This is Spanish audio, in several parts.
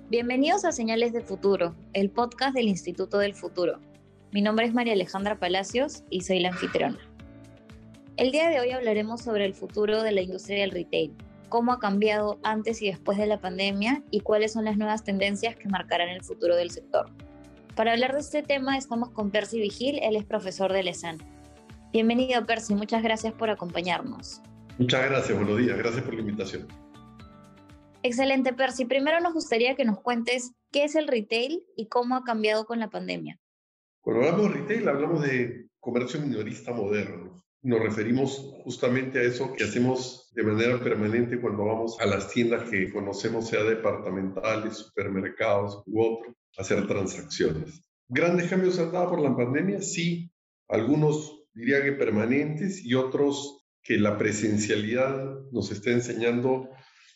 Bienvenidos a Señales de Futuro, el podcast del Instituto del Futuro. Mi nombre es María Alejandra Palacios y soy la anfitriona. El día de hoy hablaremos sobre el futuro de la industria del retail, cómo ha cambiado antes y después de la pandemia y cuáles son las nuevas tendencias que marcarán el futuro del sector. Para hablar de este tema estamos con Percy Vigil, él es profesor de ESAN. Bienvenido Percy, muchas gracias por acompañarnos. Muchas gracias, buenos días, gracias por la invitación. Excelente, Percy. Primero nos gustaría que nos cuentes qué es el retail y cómo ha cambiado con la pandemia. Cuando hablamos de retail, hablamos de comercio minorista moderno. Nos referimos justamente a eso que hacemos de manera permanente cuando vamos a las tiendas que conocemos, sea departamentales, supermercados u otros, a hacer transacciones. ¿Grandes cambios han dado por la pandemia? Sí, algunos diría que permanentes y otros que la presencialidad nos está enseñando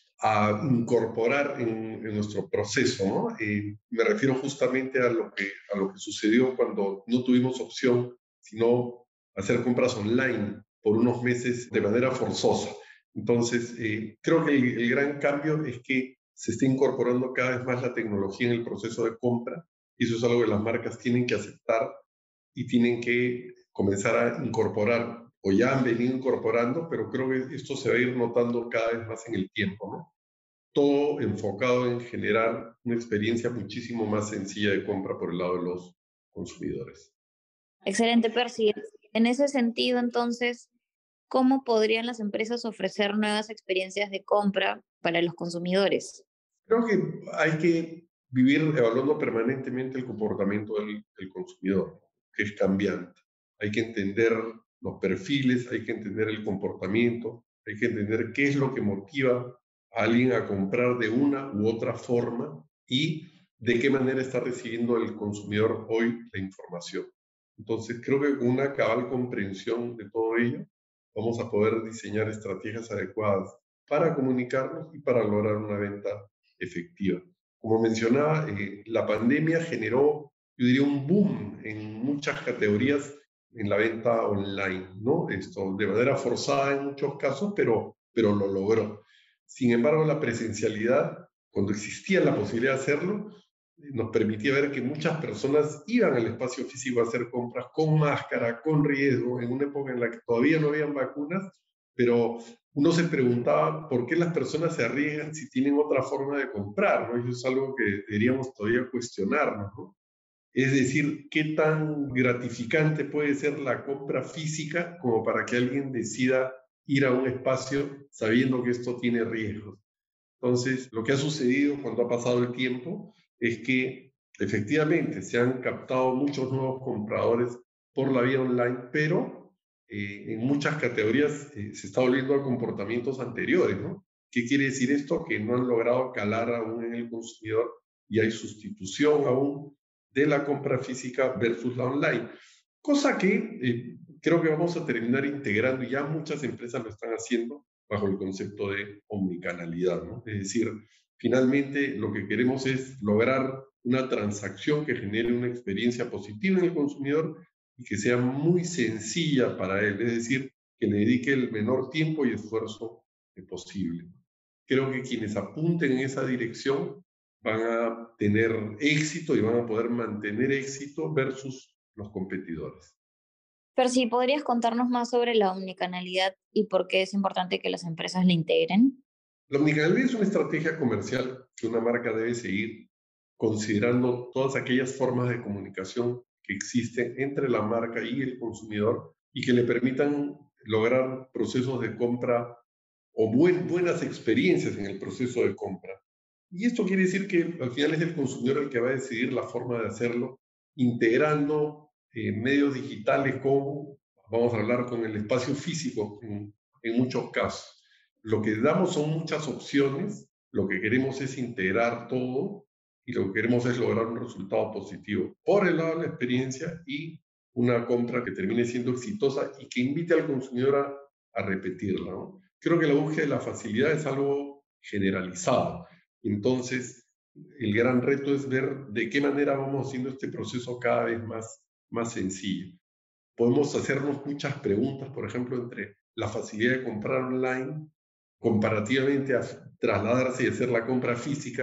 a incorporar en nuestro proceso, ¿no? Me refiero justamente a lo que sucedió cuando no tuvimos opción, sino hacer compras online por unos meses de manera forzosa. Entonces, creo que el gran cambio es que se está incorporando cada vez más la tecnología en el proceso de compra, y eso es algo que las marcas tienen que aceptar y tienen que comenzar a incorporar, o ya han venido incorporando, pero creo que esto se va a ir notando cada vez más en el tiempo, ¿no? Todo enfocado en generar una experiencia muchísimo más sencilla de compra por el lado de los consumidores. Excelente, Percy. En ese sentido, entonces, ¿cómo podrían las empresas ofrecer nuevas experiencias de compra para los consumidores? Creo que hay que vivir evaluando permanentemente el comportamiento del consumidor, que es cambiante. Hay que entender los perfiles, hay que entender el comportamiento, hay que entender qué es lo que motiva a alguien a comprar de una u otra forma y de qué manera está recibiendo el consumidor hoy la información. Entonces, creo que con una cabal comprensión de todo ello, vamos a poder diseñar estrategias adecuadas para comunicarnos y para lograr una venta efectiva. Como mencionaba, la pandemia generó, yo diría, un boom en muchas categorías en la venta online, ¿no? Esto de manera forzada en muchos casos, pero lo logró. Sin embargo, la presencialidad, cuando existía la posibilidad de hacerlo, nos permitía ver que muchas personas iban al espacio físico a hacer compras con máscara, con riesgo, en una época en la que todavía no habían vacunas, pero uno se preguntaba por qué las personas se arriesgan si tienen otra forma de comprar, ¿no? Y eso es algo que deberíamos todavía cuestionarnos, ¿no? Es decir, ¿qué tan gratificante puede ser la compra física como para que alguien decida ir a un espacio sabiendo que esto tiene riesgos? Entonces, lo que ha sucedido cuando ha pasado el tiempo es que efectivamente se han captado muchos nuevos compradores por la vía online, pero en muchas categorías se está volviendo a comportamientos anteriores, ¿no? ¿Qué quiere decir esto? Que no han logrado calar aún en el consumidor y hay sustitución aún de la compra física versus la online. Cosa que creo que vamos a terminar integrando, y ya muchas empresas lo están haciendo, bajo el concepto de omnicanalidad, ¿no? Es decir, finalmente lo que queremos es lograr una transacción que genere una experiencia positiva en el consumidor y que sea muy sencilla para él, es decir, que le dedique el menor tiempo y esfuerzo posible. Creo que quienes apunten en esa dirección van a tener éxito y van a poder mantener éxito versus los competidores. Pero si podrías contarnos más sobre la omnicanalidad y por qué es importante que las empresas la integren. La omnicanalidad es una estrategia comercial que una marca debe seguir considerando todas aquellas formas de comunicación que existen entre la marca y el consumidor y que le permitan lograr procesos de compra o buenas experiencias en el proceso de compra. Y esto quiere decir que al final es el consumidor el que va a decidir la forma de hacerlo, integrando medios digitales como, vamos a hablar, con el espacio físico en muchos casos. Lo que damos son muchas opciones, lo que queremos es integrar todo y lo que queremos es lograr un resultado positivo por el lado de la experiencia y una compra que termine siendo exitosa y que invite al consumidor a repetirla, ¿no? Creo que la búsqueda de la facilidad es algo generalizado. Entonces, el gran reto es ver de qué manera vamos haciendo este proceso cada vez más sencillo. Podemos hacernos muchas preguntas, por ejemplo, entre la facilidad de comprar online comparativamente a trasladarse y hacer la compra física,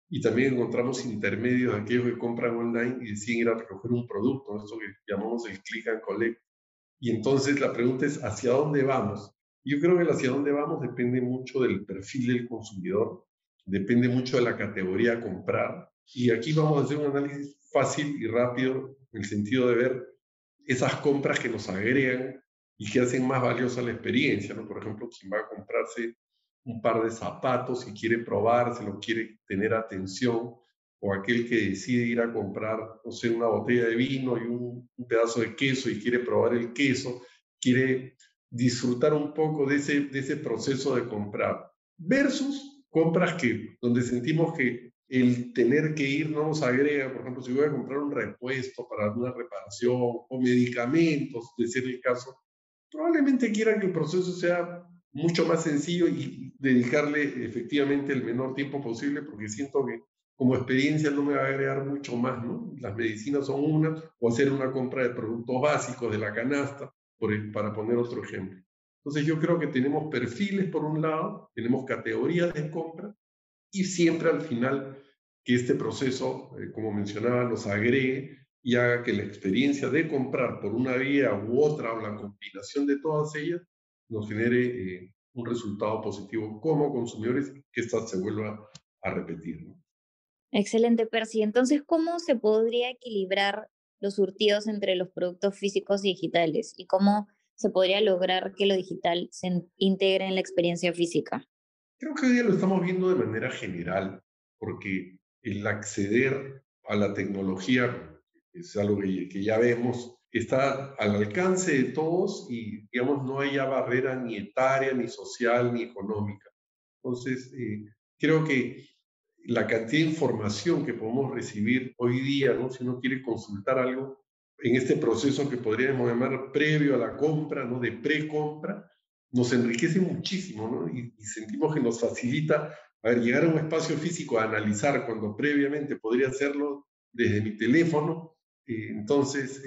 y también encontramos intermedios, aquellos que compran online y deciden ir a recoger un producto, eso que llamamos el click and collect. Y entonces la pregunta es, ¿hacia dónde vamos? Yo creo que el hacia dónde vamos depende mucho del perfil del consumidor, depende mucho de la categoría a comprar. Y aquí vamos a hacer un análisis fácil y rápido en el sentido de ver esas compras que nos agregan y que hacen más valiosa la experiencia, ¿no? Por ejemplo, quien va a comprarse un par de zapatos y quiere probárselo, quiere tener atención, o aquel que decide ir a comprar, no sé, una botella de vino y un pedazo de queso y quiere probar el queso, quiere disfrutar un poco de ese proceso de comprar, versus compras donde sentimos que el tener que ir no nos agrega. Por ejemplo, si voy a comprar un repuesto para una reparación o medicamentos, de ser el caso, probablemente quieran que el proceso sea mucho más sencillo y dedicarle efectivamente el menor tiempo posible, porque siento que como experiencia no me va a agregar mucho más, ¿no? Las medicinas son una, o hacer una compra de productos básicos de la canasta, para poner otro ejemplo. Entonces yo creo que tenemos perfiles por un lado, tenemos categorías de compra, y siempre al final que este proceso, como mencionaba, nos agregue y haga que la experiencia de comprar por una vía u otra o la combinación de todas ellas nos genere un resultado positivo como consumidores, que esta se vuelva a repetir, ¿no? Excelente, Percy. Entonces, ¿cómo se podría equilibrar los surtidos entre los productos físicos y digitales? ¿Y cómo se podría lograr que lo digital integre en la experiencia física? Creo que hoy día lo estamos viendo de manera general, porque el acceder a la tecnología es algo que ya vemos, está al alcance de todos y, digamos, no hay ya barrera ni etaria, ni social, ni económica. Entonces, creo que la cantidad de información que podemos recibir hoy día, ¿no? Si uno quiere consultar algo en este proceso que podríamos llamar previo a la compra, ¿no? De pre-compra, nos enriquece muchísimo, ¿no? Y sentimos que nos facilita, a ver, llegar a un espacio físico a analizar cuando previamente podría hacerlo desde mi teléfono. Entonces,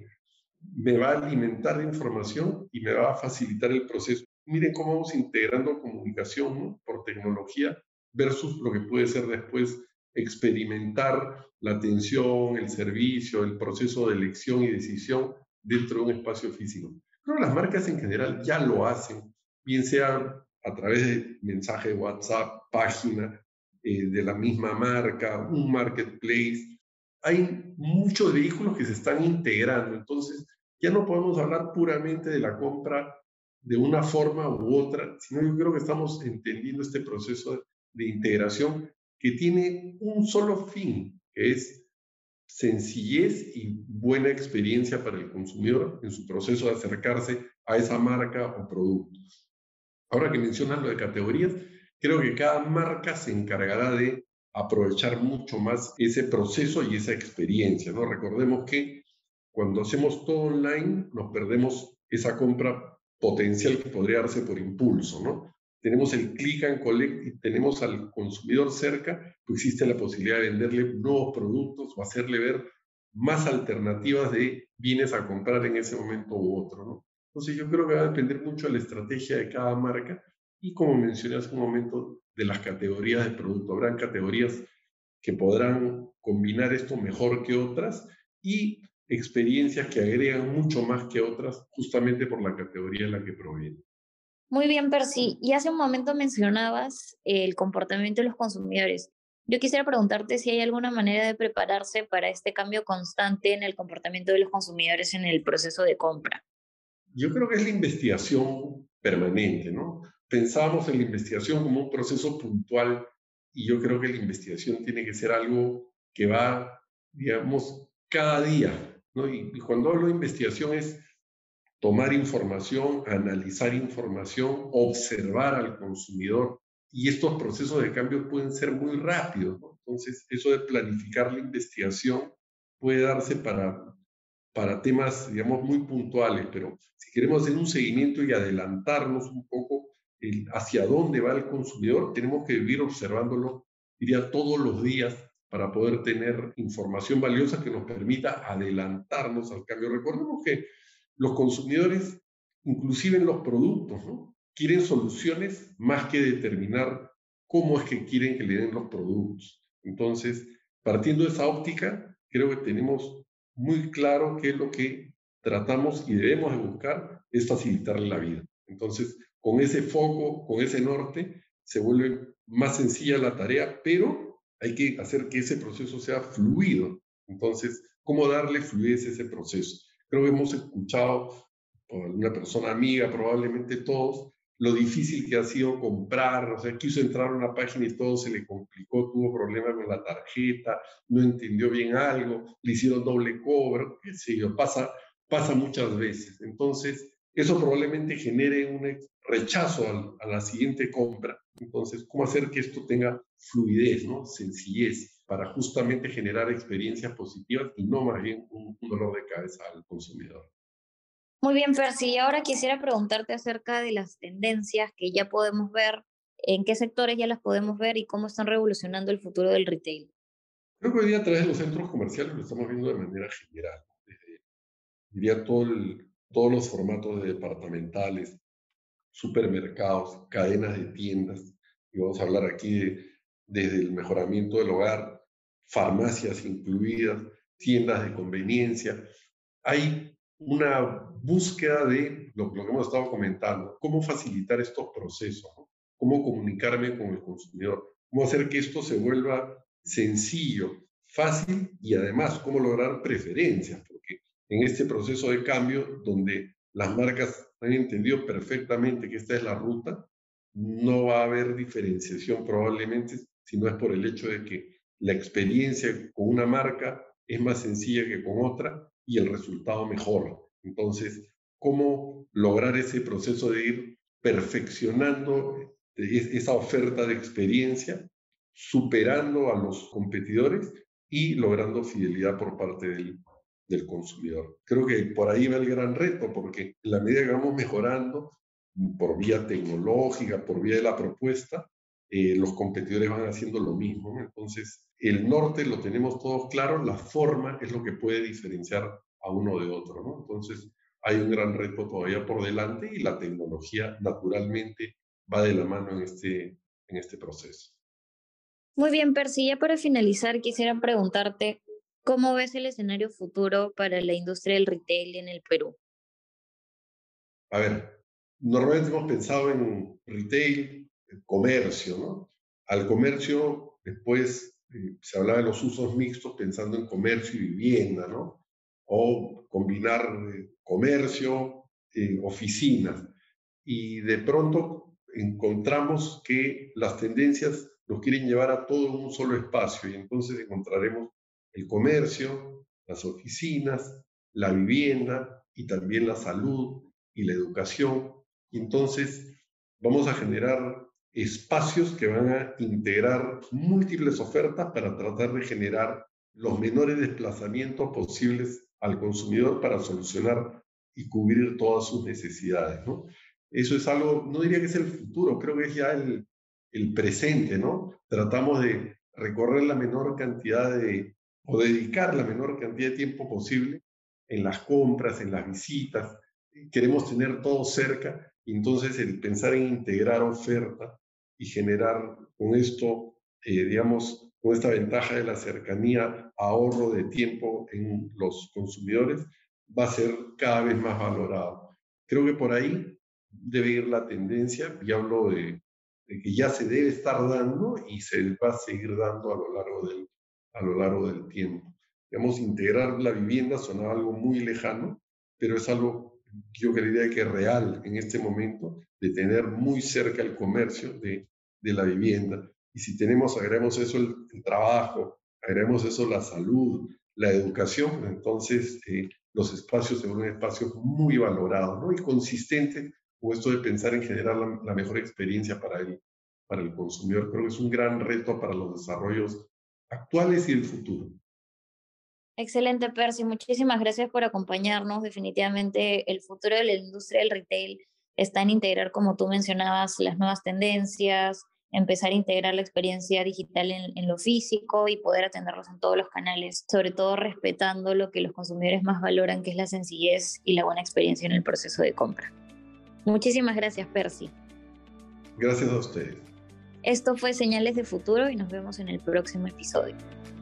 me va a alimentar de información y me va a facilitar el proceso. Miren cómo vamos integrando comunicación, ¿no? Por tecnología versus lo que puede ser después experimentar la atención, el servicio, el proceso de elección y decisión dentro de un espacio físico. Creo que las marcas en general ya lo hacen, bien sea a través de mensaje de WhatsApp, página de la misma marca, un marketplace. Hay muchos vehículos que se están integrando, entonces ya no podemos hablar puramente de la compra de una forma u otra, sino yo creo que estamos entendiendo este proceso de integración que tiene un solo fin, que es sencillez y buena experiencia para el consumidor en su proceso de acercarse a esa marca o producto. Ahora que mencionas lo de categorías, creo que cada marca se encargará de aprovechar mucho más ese proceso y esa experiencia, ¿no? Recordemos que cuando hacemos todo online, nos perdemos esa compra potencial que podría darse por impulso, ¿no? Tenemos el click and collect y tenemos al consumidor cerca, pues existe la posibilidad de venderle nuevos productos o hacerle ver más alternativas de bienes a comprar en ese momento u otro, ¿no? Entonces yo creo que va a depender mucho de la estrategia de cada marca y, como mencioné hace un momento, de las categorías de producto. Habrán categorías que podrán combinar esto mejor que otras y experiencias que agregan mucho más que otras justamente por la categoría en la que provienen. Muy bien, Percy. Y hace un momento mencionabas el comportamiento de los consumidores. Yo quisiera preguntarte si hay alguna manera de prepararse para este cambio constante en el comportamiento de los consumidores en el proceso de compra. Yo creo que es la investigación permanente, ¿no? Pensábamos en la investigación como un proceso puntual y yo creo que la investigación tiene que ser algo que va, digamos, cada día, ¿no? Y cuando hablo de investigación es tomar información, analizar información, observar al consumidor. Y estos procesos de cambio pueden ser muy rápidos, ¿no? Entonces, eso de planificar la investigación puede darse para temas, digamos, muy puntuales, pero si queremos hacer un seguimiento y adelantarnos un poco hacia dónde va el consumidor, tenemos que vivir observándolo, diría, todos los días para poder tener información valiosa que nos permita adelantarnos al cambio. Recordemos que los consumidores, inclusive en los productos, ¿no? Quieren soluciones más que determinar cómo es que quieren que le den los productos. Entonces, partiendo de esa óptica, creo que tenemos muy claro qué es lo que tratamos y debemos de buscar, es facilitarle la vida. Entonces, con ese foco, con ese norte, se vuelve más sencilla la tarea, pero hay que hacer que ese proceso sea fluido. Entonces, ¿cómo darle fluidez a ese proceso? Creo que hemos escuchado por una persona amiga, probablemente todos, lo difícil que ha sido comprar, o sea, quiso entrar a una página y todo se le complicó, tuvo problemas con la tarjeta, no entendió bien algo, le hicieron doble cobro, qué sé yo, pasa muchas veces. Entonces, eso probablemente genere un rechazo a la siguiente compra. Entonces, ¿cómo hacer que esto tenga fluidez, ¿no? Sencillez, para justamente generar experiencias positivas y no más bien un dolor de cabeza al consumidor? Muy bien, Percy. Y ahora quisiera preguntarte acerca de las tendencias que ya podemos ver, en qué sectores ya las podemos ver y cómo están revolucionando el futuro del retail. Creo que hoy día a través de los centros comerciales lo estamos viendo de manera general. Diría todos los formatos de departamentales, supermercados, cadenas de tiendas, y vamos a hablar aquí desde el mejoramiento del hogar, farmacias incluidas, tiendas de conveniencia. Hay una búsqueda de lo que hemos estado comentando, cómo facilitar estos procesos, ¿no? Cómo comunicarme con el consumidor, cómo hacer que esto se vuelva sencillo, fácil y además cómo lograr preferencias, porque en este proceso de cambio donde las marcas han entendido perfectamente que esta es la ruta, no va a haber diferenciación probablemente, si no es por el hecho de que la experiencia con una marca es más sencilla que con otra y el resultado mejor. Entonces, ¿cómo lograr ese proceso de ir perfeccionando esa oferta de experiencia, superando a los competidores y logrando fidelidad por parte del consumidor? Creo que por ahí va el gran reto, porque en la medida que vamos mejorando por vía tecnológica, por vía de la propuesta, los competidores van haciendo lo mismo, ¿no? Entonces, el norte lo tenemos todos claro, la forma es lo que puede diferenciar a uno de otro, ¿no? Entonces, hay un gran reto todavía por delante y la tecnología naturalmente va de la mano en este proceso. Muy bien, Percy. Ya para finalizar, quisiera preguntarte, ¿cómo ves el escenario futuro para la industria del retail en el Perú? A ver, normalmente hemos pensado en retail, comercio, ¿no? Al comercio, después se hablaba de los usos mixtos pensando en comercio y vivienda, ¿no? O combinar comercio, oficinas. Y de pronto encontramos que las tendencias nos quieren llevar a todo un solo espacio y entonces encontraremos el comercio, las oficinas, la vivienda y también la salud y la educación. Y entonces vamos a generar espacios que van a integrar múltiples ofertas para tratar de generar los menores desplazamientos posibles al consumidor para solucionar y cubrir todas sus necesidades, ¿no? Eso es algo, no diría que es el futuro, creo que es ya el presente, ¿no? Tratamos de recorrer la menor cantidad o dedicar la menor cantidad de tiempo posible en las compras, en las visitas. Queremos tener todo cerca, y entonces el pensar en integrar oferta y generar con esto, digamos, con esta ventaja de la cercanía, ahorro de tiempo en los consumidores, va a ser cada vez más valorado. Creo que por ahí debe ir la tendencia, y hablo de que ya se debe estar dando y se va a seguir dando a lo largo del tiempo. Digamos, integrar la vivienda sonaba algo muy lejano, pero es algo, yo creería que es real en este momento, de tener muy cerca el comercio de la vivienda. Y si agregamos eso el trabajo, agregamos eso la salud, la educación, entonces los espacios se vuelven espacios muy valorados, ¿no? Y consistentes con esto de pensar en generar la mejor experiencia para el consumidor. Creo que es un gran reto para los desarrollos actuales y el futuro. Excelente, Percy. Muchísimas gracias por acompañarnos. Definitivamente el futuro de la industria del retail está en integrar, como tú mencionabas, las nuevas tendencias, empezar a integrar la experiencia digital en lo físico y poder atenderlos en todos los canales, sobre todo respetando lo que los consumidores más valoran, que es la sencillez y la buena experiencia en el proceso de compra. Muchísimas gracias, Percy. Gracias a ustedes. Esto fue Señales de Futuro y nos vemos en el próximo episodio.